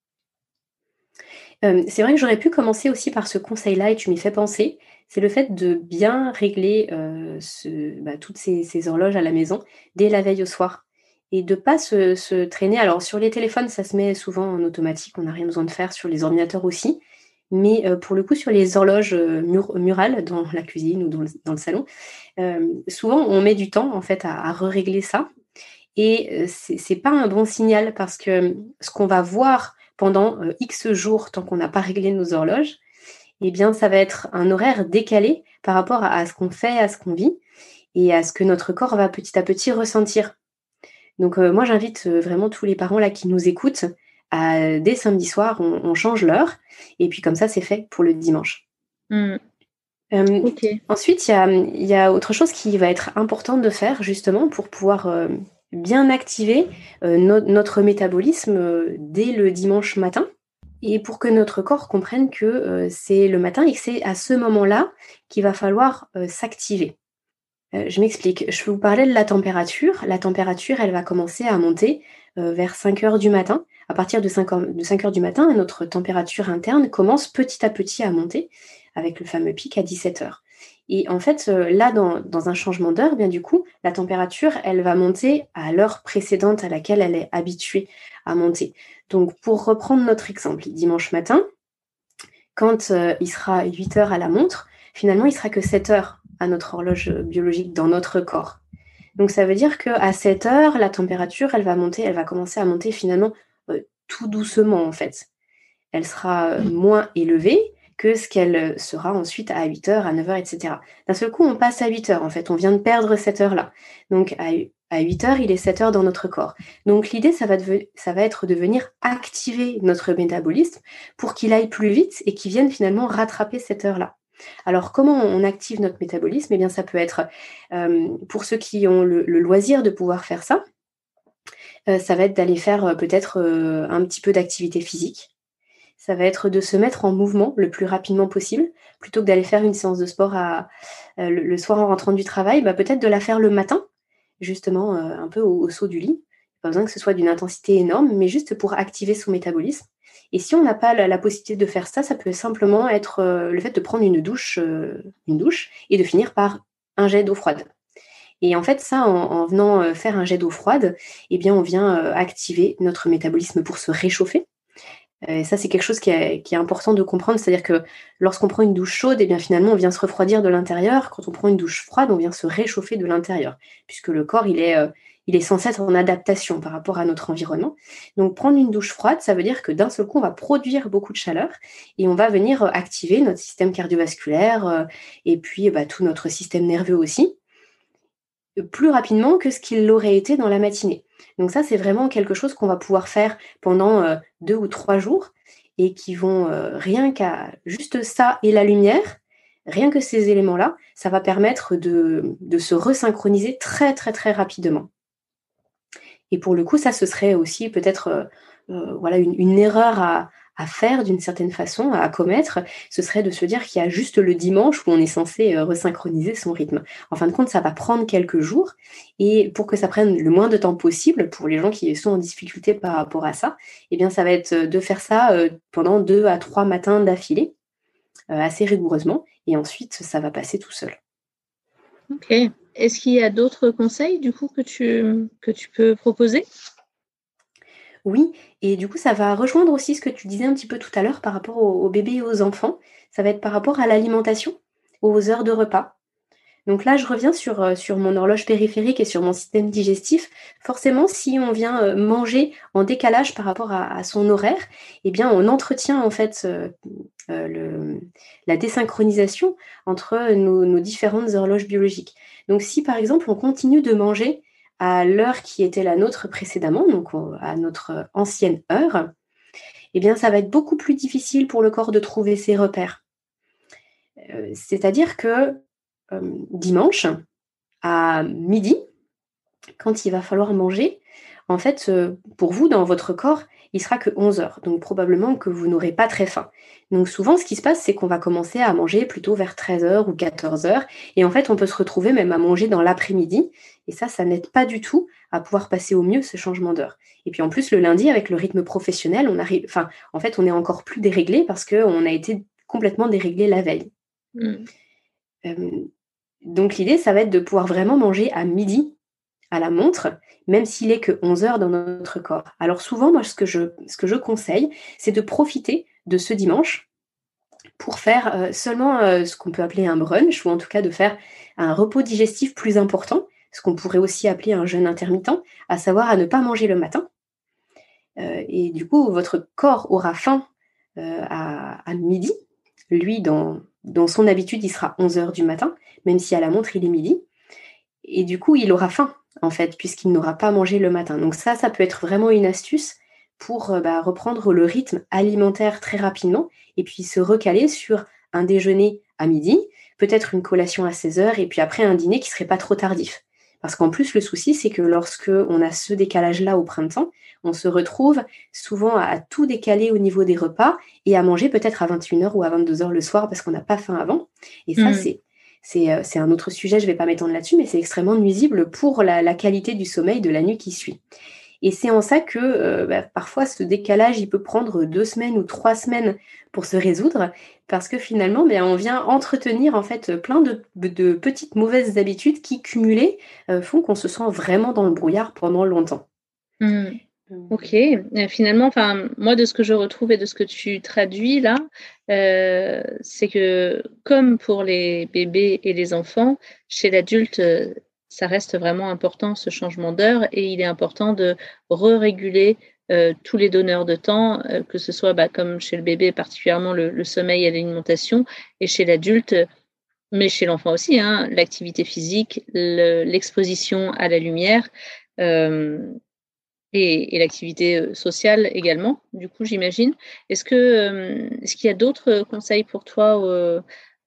Hem, c'est vrai que j'aurais pu commencer aussi par ce conseil-là et tu m'y fais penser. C'est le fait de bien régler, heu, ce bah, toutes ces ces horloges à la maison dès la veille au soir et de pas se se traîner. Alors sur les téléphones, ça se met souvent en automatique, on n'a rien besoin de faire, sur les ordinateurs aussi. Mais, heu, pour le coup, sur les horloges, heu, mur murales dans la cuisine ou dans le dans le salon, hem, souvent on met du temps en fait à à rerégler ça et heu, c'est c'est pas un bon signal parce que, mmh, ce qu'on va voir pendant, heu, X jours tant qu'on n'a pas réglé nos horloges, eh bien, ça va être un horaire décalé par rapport à à ce qu'on fait, à ce qu'on vit et à ce que notre corps va petit à petit ressentir. Donc, heu, moi, j'invite, heu, vraiment tous les parents là qui nous écoutent à dès samedi soir, on on change l'heure et puis comme ça, c'est fait pour le dimanche. Mmh. Hem, OK. ensuite, il y a, mmh, il y a autre chose qui va être important de faire justement pour pouvoir, hem, bien activer, heu, no notre métabolisme, heu, dès le dimanche matin et pour que notre corps comprenne que, heu, c'est le matin et que c'est à ce moment-là qu'il va falloir, heu, s'activer. Heu, je m'explique, je vais vous parler de la température. La température, elle va commencer à monter, heu, vers cinq heures du matin. À partir de cinq heures de cinq heures du matin, notre température interne commence petit à petit à monter avec le fameux pic à dix-sept heures. Et en fait, heu, là, dans dans un changement d'heure, bien du coup, la température, elle va monter à l'heure précédente à laquelle elle est habituée à monter. Donc pour reprendre notre exemple, dimanche matin, quand, heu, il sera huit heures à la montre, finalement, il sera que sept heures à notre horloge, heu, biologique dans notre corps. Donc ça veut dire qu'à sept heures, la température, elle va monter, elle va commencer à monter finalement, heu, tout doucement, en fait. Elle sera, heu, moins élevée que ce qu'elle, heu, sera ensuite à huit heures, à neuf heures et cetera. D'un seul coup, on passe à huit heures, en fait, on vient de perdre cette heure-là. Donc à hu à huit heures, il est sept heures dans notre corps. Donc l'idée, ça va deve ça va être de venir activer notre métabolisme pour qu'il aille plus vite et qu'il vienne finalement rattraper cette heure-là. Alors comment on active notre métabolisme? Eh bien, ça peut être, hem, pour ceux qui ont le le loisir de pouvoir faire ça, heu, ça va être d'aller faire, heu, peut-être, heu, un petit peu d'activité physique. Ça va être de se mettre en mouvement le plus rapidement possible, plutôt que d'aller faire une séance de sport à heu, le le soir en rentrant du travail, bah, peut-être de la faire le matin, justement, heu, un peu au au saut du lit. Pas besoin que ce soit d'une intensité énorme, mais juste pour activer son métabolisme et si on n'a pas la la possibilité de faire ça, ça peut simplement être, heu, le fait de prendre une douche, heu, une douche et de finir par un jet d'eau froide et en fait ça, en en venant, heu, faire un jet d'eau froide eh bien, on vient, heu, activer notre métabolisme pour se réchauffer. Heu, et ça, c'est quelque chose qui est qui est important de comprendre. C'est-à-dire que lorsqu'on prend une douche chaude et bien, finalement, on vient se refroidir de l'intérieur. Quand on prend une douche froide, on vient se réchauffer de l'intérieur, puisque le corps, il est, heu, il est censé être en adaptation par rapport à notre environnement. Donc prendre une douche froide, ça veut dire que d'un seul coup, on va produire beaucoup de chaleur et on va venir, heu, activer notre système cardiovasculaire, heu, et puis, bah, tout notre système nerveux aussi plus rapidement que ce qu'il l'aurait été dans la matinée. Donc ça, c'est vraiment quelque chose qu'on va pouvoir faire pendant, heu, deux ou trois jours et qui vont, heu, rien qu'à juste ça et la lumière, rien que ces éléments-là, ça va permettre de de se resynchroniser très, très, très rapidement. Et pour le coup, ça, ce serait aussi peut-être, heu heu, voilà une une erreur à à faire d'une certaine façon, à commettre, ce serait de se dire qu'il y a juste le dimanche où on est censé, heu, resynchroniser son rythme. En fin de compte, ça va prendre quelques jours et pour que ça prenne le moins de temps possible, pour les gens qui sont en difficulté par rapport à ça, eh bien, ça va être, de faire ça, heu, pendant deux à trois matins d'affilée, heu, assez rigoureusement et ensuite ça va passer tout seul. OK. Est-ce qu'il y a d'autres conseils du coup que tu que tu peux proposer? Oui et du coup, ça va rejoindre aussi ce que tu disais un petit peu tout à l'heure par rapport aux aux bébés et aux enfants. Ça va être par rapport à l'alimentation, aux heures de repas. Donc là, je reviens sur, heu, sur mon horloge périphérique et sur mon système digestif. Forcément, si on vient, heu, manger en décalage par rapport à à son horaire, eh bien, on entretient en fait, heu heu, le la désynchronisation entre nos nos différentes horloges biologiques. Donc si, par exemple, on continue de manger à l'heure qui était la nôtre précédemment, donc au à notre ancienne heure, eh bien, ça va être beaucoup plus difficile pour le corps de trouver ses repères. Heu, c'est-à-dire que, hem, dimanche, à midi, quand il va falloir manger, en fait, euh, pour vous, dans votre corps, il sera que onze heures. Donc probablement que vous n'aurez pas très faim. Donc souvent, ce qui se passe, c'est qu'on va commencer à manger plutôt vers treize heures ou quatorze heures. Et en fait, on peut se retrouver même à manger dans l'après-midi. Et ça, ça n'aide pas du tout à pouvoir passer au mieux ce changement d'heure. Et puis en plus, le lundi, avec le rythme professionnel, on arrive, enfin, en fait, on est encore plus déréglé parce qu'on a été complètement déréglé la veille. Mmh. Euh, donc l'idée, ça va être de pouvoir vraiment manger à midi, à la montre, même s'il est que onze heures dans notre corps. Alors souvent, moi, ce que je, ce que je conseille, c'est de profiter de ce dimanche pour faire euh, seulement euh, ce qu'on peut appeler un brunch, ou en tout cas de faire un repos digestif plus important, ce qu'on pourrait aussi appeler un jeûne intermittent, à savoir à ne pas manger le matin. Euh, et du coup, votre corps aura faim euh, à, à midi. Lui, dans, dans son habitude, il sera onze heures du matin, même si à la montre, il est midi. Et du coup, il aura faim, en fait, puisqu'il n'aura pas mangé le matin. Donc ça, ça peut être vraiment une astuce pour euh, bah, reprendre le rythme alimentaire très rapidement et puis se recaler sur un déjeuner à midi, peut-être une collation à seize heures et puis après un dîner qui ne serait pas trop tardif. Parce qu'en plus, le souci, c'est que lorsque on a ce décalage-là au printemps, on se retrouve souvent à, à tout décaler au niveau des repas et à manger peut-être à vingt et une heures ou à vingt-deux heures le soir parce qu'on n'a pas faim avant. Et ça, Mmh. c'est C'est, euh, c'est un autre sujet, je ne vais pas m'étendre là-dessus, mais c'est extrêmement nuisible pour la, la qualité du sommeil de la nuit qui suit. Et c'est en ça que euh, bah, parfois ce décalage, il peut prendre deux semaines ou trois semaines pour se résoudre, parce que finalement, bah, on vient entretenir en fait plein de, de petites mauvaises habitudes qui, cumulées, euh, font qu'on se sent vraiment dans le brouillard pendant longtemps. Mmh. OK. Euh, finalement, enfin, moi, de ce que je retrouve et de ce que tu traduis là, euh, c'est que comme pour les bébés et les enfants, chez l'adulte, euh, ça reste vraiment important ce changement d'heure et il est important de re-réguler euh, tous les donneurs de temps, euh, que ce soit bah, comme chez le bébé, particulièrement le, le sommeil et l'alimentation, et chez l'adulte, mais chez l'enfant aussi, hein, l'activité physique, le- l'exposition à la lumière. euh, et, et l'activité euh, sociale également, du coup, j'imagine. Est-ce que, euh, est-ce qu'il y a d'autres conseils pour toi euh,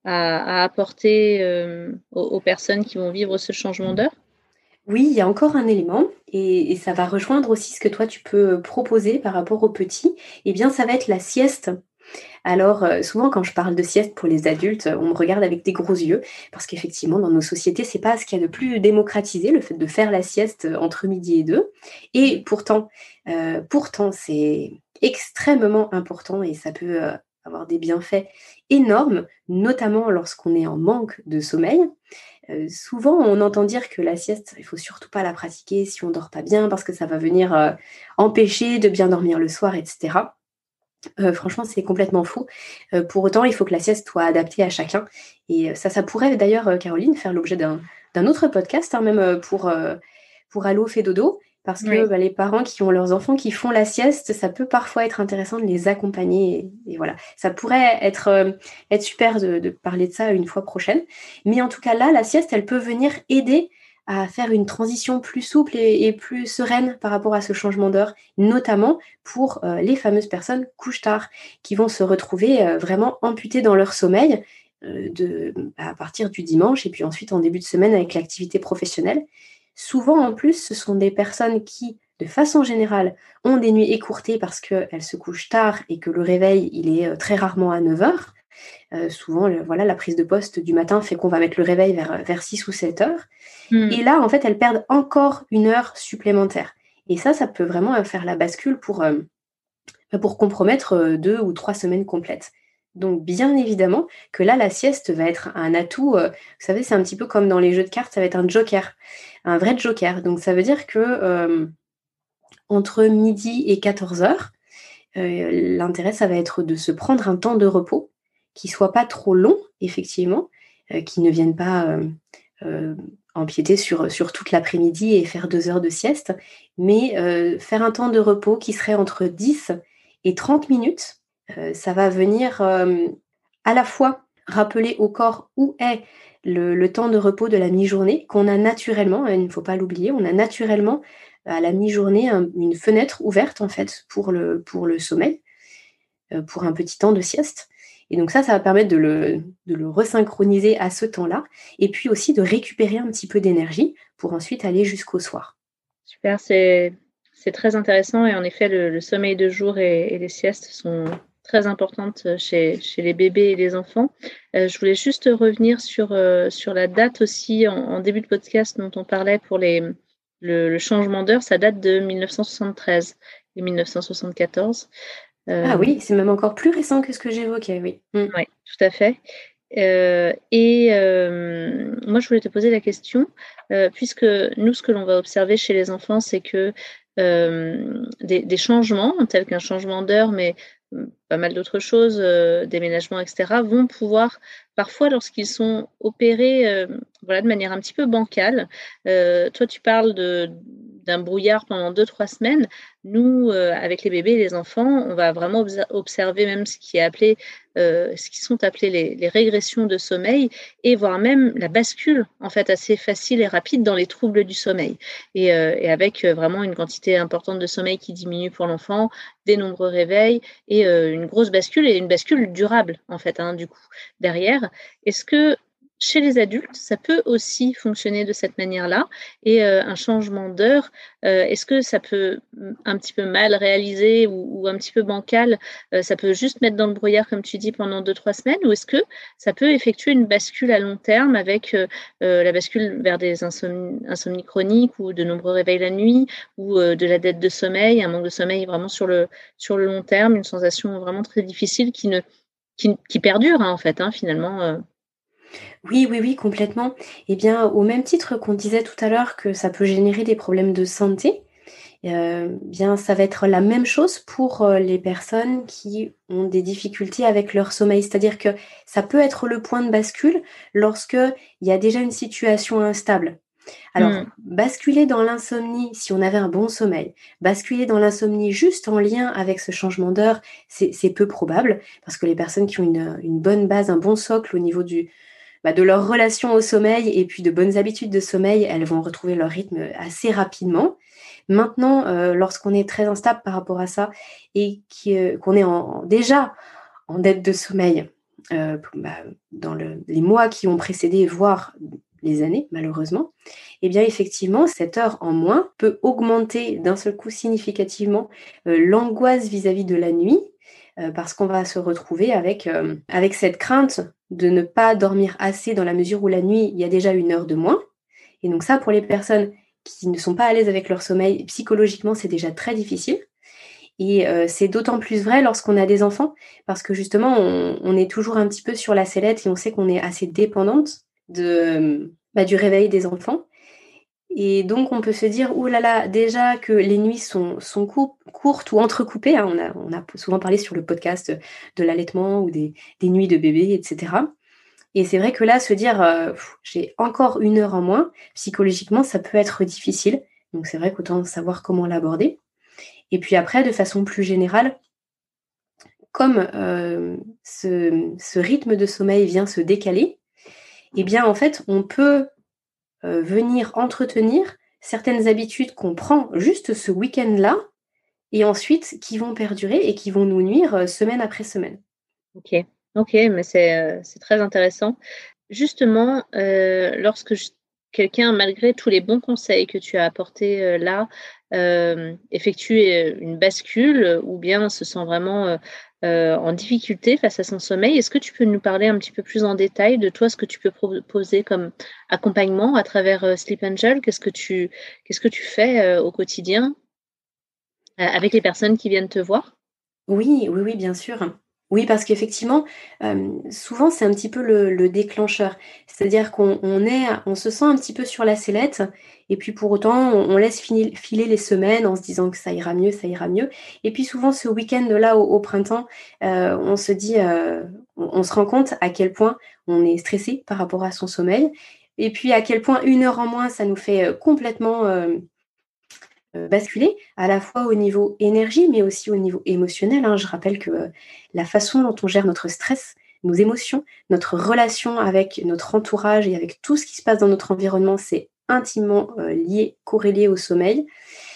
à, à apporter euh, aux, aux personnes qui vont vivre ce changement d'heure? Oui, il y a encore un élément, et, et ça va rejoindre aussi ce que toi tu peux proposer par rapport aux petits, eh bien ça va être la sieste. Alors, euh, souvent, quand je parle de sieste pour les adultes, on me regarde avec des gros yeux, parce qu'effectivement, dans nos sociétés, c'est pas ce qu'il y a de plus démocratisé, le fait de faire la sieste entre midi et deux. Et pourtant, euh, pourtant, c'est extrêmement important et ça peut euh, avoir des bienfaits énormes, notamment lorsqu'on est en manque de sommeil. Euh, souvent, on entend dire que la sieste, il faut surtout pas la pratiquer si on dort pas bien, parce que ça va venir euh, empêcher de bien dormir le soir, et cetera. Heu, franchement, c'est complètement faux. Heu, pour autant, il faut que la sieste soit adaptée à chacun et heu, ça, ça pourrait d'ailleurs, heu, Caroline, faire l'objet d'un d'un autre podcast, hein, même, heu, pour, heu, pour Allo fait dodo. Parce que, Oui. bah, les parents qui ont leurs enfants qui font la sieste, ça peut parfois être intéressant de les accompagner et et voilà. Ça pourrait être, hem, être super de de parler de ça une fois prochaine. Mais en tout cas, là, la sieste, elle peut venir aider à faire une transition plus souple et et plus sereine par rapport à ce changement d'heure, notamment pour euh, les fameuses personnes couche-tard qui vont se retrouver euh, vraiment amputées dans leur sommeil euh, de, à partir du dimanche et puis ensuite en début de semaine avec l'activité professionnelle. Souvent en plus, ce sont des personnes qui, de façon générale, ont des nuits écourtées parce qu'elles se couchent tard et que le réveil, il est euh, très rarement à neuf heures. Euh, souvent, le- voilà, la prise de poste du matin fait qu'on va mettre le réveil vers, vers six ou sept heures. Mmh. Et là, en fait, elles perdent encore une heure supplémentaire. Et ça, ça peut vraiment euh, faire la bascule pour, euh, pour compromettre euh, deux ou trois semaines complètes. Donc, bien évidemment que là, la sieste va être un atout. euh, vous savez, c'est un petit peu comme dans les jeux de cartes, ça va être un joker, un vrai joker. Donc, ça veut dire que euh, entre midi et quatorze heures, euh, l'intérêt, ça va être de se prendre un temps de repos qui soit pas trop long, effectivement, euh, qui ne vienne pas euh, euh, empiéter sur, sur toute l'après-midi et faire deux heures de sieste, mais euh, faire un temps de repos qui serait entre dix et trente minutes. Euh, ça va venir euh, à la fois rappeler au corps où est le, le temps de repos de la mi-journée qu'on a naturellement, il ne faut pas l'oublier, on a naturellement à la mi-journée un- une fenêtre ouverte en fait pour le, pour le sommeil, euh, pour un petit temps de sieste. Et donc ça, ça va permettre de le, de le resynchroniser à ce temps-là, et puis aussi de récupérer un petit peu d'énergie pour ensuite aller jusqu'au soir. Super, c'est c'est très intéressant et en effet, le le sommeil de jour et et les siestes sont très importantes, chez chez les bébés et les enfants. Heu, je voulais juste revenir sur, heu, sur la date aussi en en début de podcast dont on parlait pour les le le changement d'heure, ça date de mille neuf cent soixante-treize et mille neuf cent soixante-quatorze. Ah Hem, oui, c'est même encore plus récent que ce que j'évoquais, oui. Mmh. ouais, tout à fait. Heu et hem, moi, je voulais te poser la question, heu, puisque nous, ce que l'on va observer chez les enfants, c'est que, hem, des des changements tels qu'un changement d'heure, mais mmh, pas mal d'autres choses, heu, déménagement et cetera, vont pouvoir parfois lorsqu'ils sont opérés, hem, voilà, de manière un petit peu bancale. Heu, toi, tu parles de d'un brouillard pendant deux trois semaines. Nous, heu, avec les bébés et les enfants, on va vraiment obser observer même ce qui est appelé heu, ce qui sont appelées les les régressions de sommeil et voire même la bascule, en fait, assez facile et rapide dans les troubles du sommeil et heu et avec, heu, vraiment une quantité importante de sommeil qui diminue pour l'enfant, des nombreux réveils et heu, une grosse bascule et une bascule durable, en fait, hein, du coup, derrière. Est-ce que chez les adultes, ça peut aussi fonctionner de cette manière-là et heu, un changement d'heure, heu, est-ce que ça peut, mmh, un petit peu mal réalisé ou ou un petit peu bancal, Heu, ça peut juste mettre dans le brouillard, comme tu dis, pendant deux trois semaines ou est-ce que ça peut effectuer une bascule à long terme avec, heu heu, la bascule vers des insomnies insomnies chroniques ou de nombreux réveils la nuit ou, heu, de la dette de sommeil, un manque de sommeil vraiment sur le sur le long terme, une sensation vraiment très difficile qui ne qui n qui perdure, hein, en fait, hein, finalement, heu? Oui, oui, oui, complètement. Eh bien, au même titre qu'on disait tout à l'heure que ça peut générer des problèmes de santé, heu, bien, ça va être la même chose pour, heu, les personnes qui ont des difficultés avec leur sommeil. C'est-à-dire que ça peut être le point de bascule lorsque il y a déjà une situation instable. Mmh, Alors, basculer dans l'insomnie si on avait un bon sommeil, basculer dans l'insomnie juste en lien avec ce changement d'heure, c'est c'est peu probable parce que les personnes qui ont une, une bonne base, un bon socle au niveau du bah, de leur relation au sommeil et puis de bonnes habitudes de sommeil, elles vont retrouver leur rythme assez rapidement. Maintenant, heu, lorsqu'on est très instable par rapport à ça et qui, heu, qu'on est en déjà en dette de sommeil, heu, p bah, dans le les mois qui ont précédé, voire les années malheureusement, eh bien effectivement, cette heure en moins peut augmenter d'un seul coup significativement, heu, l'angoisse vis-à-vis de la nuit, heu, parce qu'on va se retrouver avec, hem, avec cette crainte de ne pas dormir assez dans la mesure où la nuit, il y a déjà une heure de moins et donc ça, pour les personnes qui ne sont pas à l'aise avec leur sommeil, psychologiquement, c'est déjà très difficile et heu, c'est d'autant plus vrai lorsqu'on a des enfants parce que justement on on est toujours un petit peu sur la sellette et on sait qu'on est assez dépendante de, hem, bah, du réveil des enfants et donc on peut se dire: «Ouh là là, déjà que les nuits sont sont cour courtes ou entrecoupées», hein, on a on a souvent parlé sur le podcast, de l'allaitement ou des des nuits de bébé et cetera et c'est vrai que là, se dire, heu: «J'ai encore une heure en moins», psychologiquement, ça peut être difficile. Donc c'est vrai qu'autant savoir comment l'aborder et puis après, de façon plus générale, comme, hem, ce ce rythme de sommeil vient se décaler, et bien, en fait, on peut, heu, venir entretenir certaines habitudes qu'on prend juste ce week-end-là et ensuite qui vont perdurer et qui vont nous nuire, heu, semaine après semaine. OK. OK, mais c'est, heu, c'est très intéressant. Justement, heu, lorsque j quelqu'un, malgré tous les bons conseils que tu as apportés, heu, là, hem, effectue, heu, une bascule, heu, ou bien se sent vraiment, heu heu, en difficulté face à son sommeil, est-ce que tu peux nous parler un petit peu plus en détail de toi, ce que tu peux proposer comme accompagnement à travers, heu, Sleep Angel? Qu'est-ce que tu qu'est-ce que tu fais, heu, au quotidien, heu, avec les personnes qui viennent te voir? Oui, oui, oui, bien sûr. Oui, parce qu'effectivement, hem, souvent, c'est un petit peu le le déclencheur. C'est-à-dire qu'on on est on se sent un petit peu sur la sellette et puis pour autant, on on laisse finil filer les semaines en se disant que ça ira mieux, ça ira mieux et puis souvent ce week-end-là au au printemps, heu, on se dit, heu, on on se rend compte à quel point on est stressé par rapport à son sommeil et puis à quel point une heure en moins, ça nous fait, heu, complètement, hem heu, basculer, à la fois au niveau énergie, mais aussi au niveau émotionnel, hein. Je rappelle que, heu, la façon dont on gère notre stress, nos émotions, notre relation avec notre entourage et avec tout ce qui se passe dans notre environnement, c'est intimement, heu, lié, corrélé au sommeil.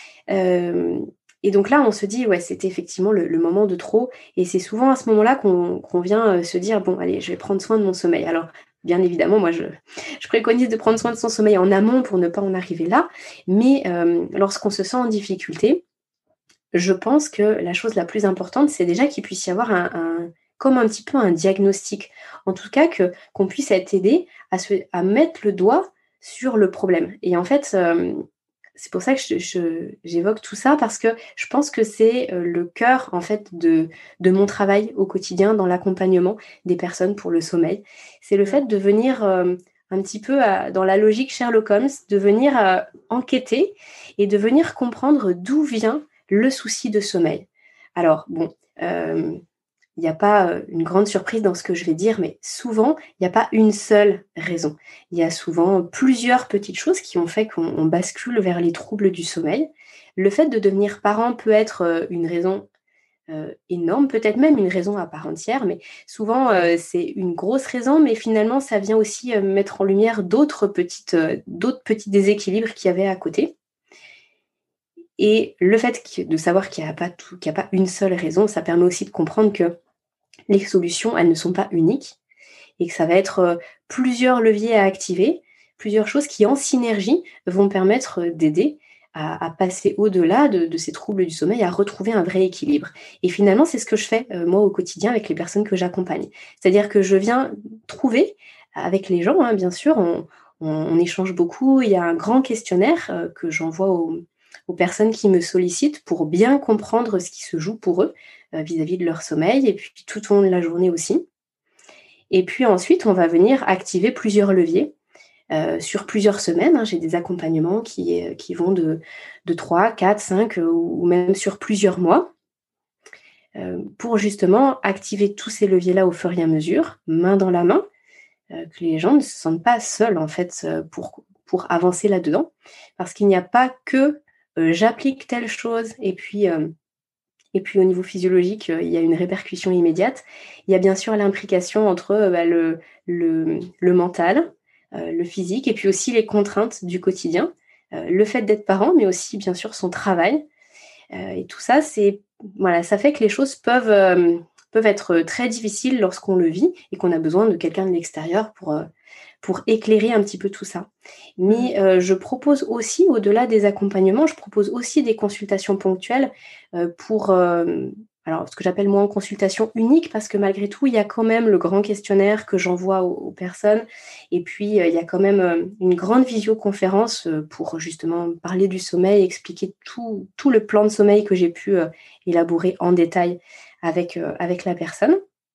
Hem et donc là, on se dit: «Ouais, c'était effectivement le le moment de trop» et c'est souvent à ce moment-là qu'on qu'on vient, heu, se dire: «Bon allez, je vais prendre soin de mon sommeil». Alors bien évidemment, moi, je, je préconise de prendre soin de son sommeil en amont pour ne pas en arriver là. Mais euh, lorsqu'on se sent en difficulté, je pense que la chose la plus importante, c'est déjà qu'il puisse y avoir un, un comme un petit peu un diagnostic. En tout cas, que, qu'on puisse être aidé à, se, à mettre le doigt sur le problème. Et en fait, euh, c'est pour ça que je, je, j'évoque tout ça, parce que je pense que c'est euh, le cœur, en fait, de, de mon travail au quotidien dans l'accompagnement des personnes pour le sommeil. C'est le fait de venir euh, un petit peu à, dans la logique Sherlock Holmes, de venir euh, enquêter et de venir comprendre d'où vient le souci de sommeil. Alors, bon, euh, il n'y a pas euh, une grande surprise dans ce que je vais dire, mais souvent, il n'y a pas une seule raison. Il y a souvent plusieurs petites choses qui ont fait qu'on on bascule vers les troubles du sommeil. Le fait de devenir parent peut être euh, une raison euh, énorme, peut-être même une raison à part entière, mais souvent, euh, c'est une grosse raison, mais finalement, ça vient aussi euh, mettre en lumière d'autres petites, euh, d'autres petits déséquilibres qu'il y avait à côté. Et le fait de savoir qu'il n'y a pas tout, qu'il n'y a pas une seule raison, ça permet aussi de comprendre que les solutions, elles ne sont pas uniques et que ça va être euh, plusieurs leviers à activer, plusieurs choses qui, en synergie, vont permettre euh, d'aider à, à passer au-delà de, de ces troubles du sommeil, à retrouver un vrai équilibre. Et finalement, c'est ce que je fais, euh, moi, au quotidien avec les personnes que j'accompagne. C'est-à-dire que je viens trouver, avec les gens, hein, bien sûr, on, on, on échange beaucoup. Il y a un grand questionnaire euh, que j'envoie aux, aux personnes qui me sollicitent pour bien comprendre ce qui se joue pour eux euh, vis-à-vis de leur sommeil, et puis tout au long de la journée aussi. Et puis ensuite, on va venir activer plusieurs leviers euh, sur plusieurs semaines. Hein. J'ai des accompagnements qui, euh, qui vont de, de trois, quatre, cinq euh, ou même sur plusieurs mois euh, pour justement activer tous ces leviers-là au fur et à mesure, main dans la main, euh, que les gens ne se sentent pas seuls en fait euh, pour, pour avancer là-dedans. Parce qu'il n'y a pas que euh, j'applique telle chose et puis... Euh, Et puis au niveau physiologique, euh, il y a une répercussion immédiate. Il y a bien sûr l'implication entre euh, bah, le, le, le mental, euh, le physique, et puis aussi les contraintes du quotidien, euh, le fait d'être parent, mais aussi bien sûr son travail. Euh, et tout ça, c'est voilà, ça fait que les choses peuvent, euh, peuvent être très difficiles lorsqu'on le vit et qu'on a besoin de quelqu'un de l'extérieur pour, euh, pour éclairer un petit peu tout ça. Mais euh, je propose aussi, au-delà des accompagnements, je propose aussi des consultations ponctuelles euh, pour, euh, alors ce que j'appelle moi en consultation unique, parce que malgré tout, il y a quand même le grand questionnaire que j'envoie aux, aux personnes, et puis euh, il y a quand même euh, une grande visioconférence euh, pour justement parler du sommeil, expliquer tout, tout le plan de sommeil que j'ai pu euh, élaborer en détail avec, euh, avec la personne.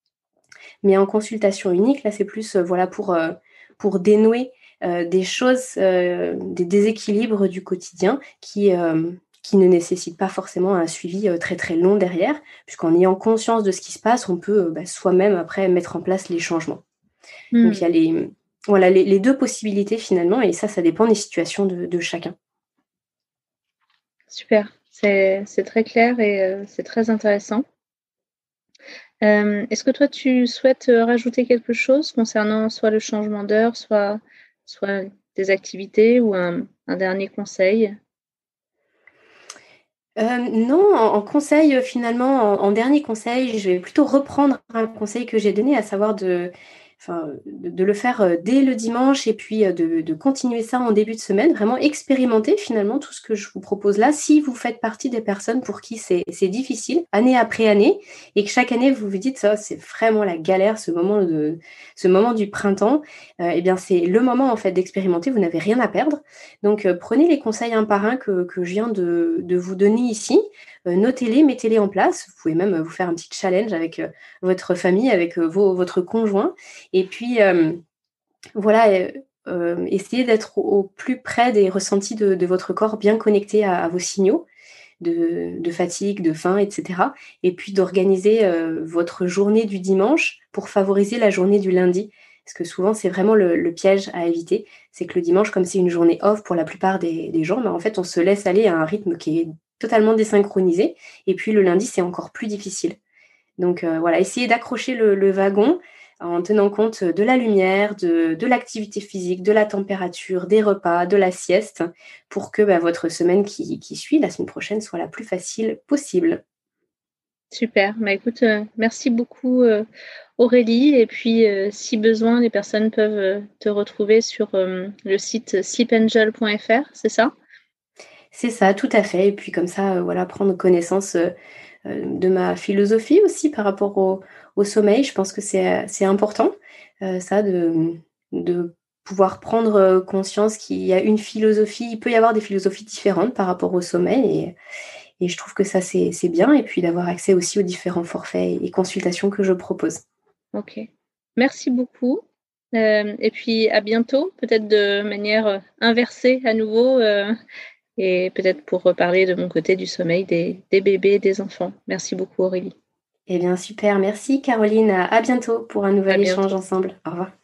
Mais en consultation unique, là, c'est plus euh, voilà, pour, euh, pour dénouer euh, des choses, euh, des déséquilibres du quotidien qui, euh, qui ne nécessitent pas forcément un suivi euh, très très long derrière, puisqu'en ayant conscience de ce qui se passe, on peut euh, bah, soi-même après mettre en place les changements. Mmh. Donc il y a les, voilà, les, les deux possibilités finalement, et ça, ça dépend des situations de, de chacun. Super, c'est, c'est très clair et euh, c'est très intéressant. Euh, est-ce que toi, tu souhaites rajouter quelque chose concernant soit le changement d'heure, soit, soit des activités ou un, un dernier conseil? Euh, non, en, en conseil, finalement, en, en dernier conseil, je vais plutôt reprendre un conseil que j'ai donné, à savoir de, enfin, de, de le faire euh, dès le dimanche et puis euh, de, de continuer ça en début de semaine, vraiment expérimenter finalement tout ce que je vous propose là, si vous faites partie des personnes pour qui c'est, c'est difficile, année après année, et que chaque année vous vous dites, ça, c'est vraiment la galère, ce moment, de, ce moment du printemps, euh, eh bien c'est le moment en fait d'expérimenter, vous n'avez rien à perdre. Donc euh, prenez les conseils un par un que, que je viens de, de vous donner ici, euh, notez-les, mettez-les en place, vous pouvez même euh, vous faire un petit challenge avec euh, votre famille, avec euh, vos, votre conjoint, et puis euh, voilà, euh, euh, essayez d'être au, au plus près des ressentis de, de votre corps, bien connecté à, à vos signaux de, de fatigue, de faim, et cetera. Et puis d'organiser euh, votre journée du dimanche pour favoriser la journée du lundi. Parce que souvent, c'est vraiment le, le piège à éviter. C'est que le dimanche, comme c'est une journée off pour la plupart des, des gens, bah, en fait, on se laisse aller à un rythme qui est totalement désynchronisé. Et puis le lundi, c'est encore plus difficile. Donc euh, voilà, essayez d'accrocher le, le wagon en tenant compte de la lumière, de, de l'activité physique, de la température, des repas, de la sieste, pour que bah, votre semaine qui, qui suit, la semaine prochaine, soit la plus facile possible. Super. Bah, écoute, euh, merci beaucoup euh, Aurélie. Et puis, euh, si besoin, les personnes peuvent euh, te retrouver sur euh, le site sleep angel point f r, c'est ça? C'est ça, tout à fait. Et puis comme ça, euh, voilà, prendre connaissance euh, euh, de ma philosophie aussi par rapport au, au sommeil. Je pense que c'est, c'est important, euh, ça, de, de pouvoir prendre euh, conscience qu'il y a une philosophie. Il peut y avoir des philosophies différentes par rapport au sommeil. Et, et je trouve que ça, c'est, c'est bien. Et puis d'avoir accès aussi aux différents forfaits et consultations que je propose. Ok. Merci beaucoup. Euh, et puis à bientôt, peut-être de manière euh, inversée à nouveau. Euh, et peut-être pour reparler de mon côté du sommeil des, des bébés et des enfants. Merci beaucoup Aurélie. Eh bien, super. Merci Caroline. À, à bientôt pour un nouvel À échange bientôt. ensemble. Au revoir.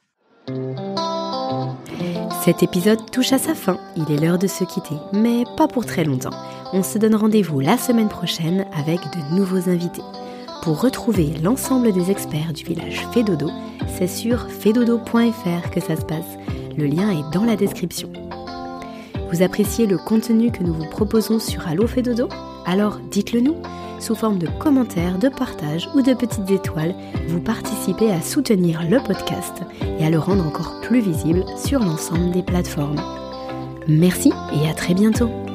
Cet épisode touche à sa fin. Il est l'heure de se quitter, mais pas pour très longtemps. On se donne rendez-vous la semaine prochaine avec de nouveaux invités. Pour retrouver l'ensemble des experts du village Fedodo, c'est sur fedodo point f r que ça se passe. Le lien est dans la description. Vous appréciez le contenu que nous vous proposons sur Allo Fedodo ? Alors dites-le nous. Sous forme de commentaires, de partages ou de petites étoiles, vous participez à soutenir le podcast et à le rendre encore plus visible sur l'ensemble des plateformes. Merci et à très bientôt.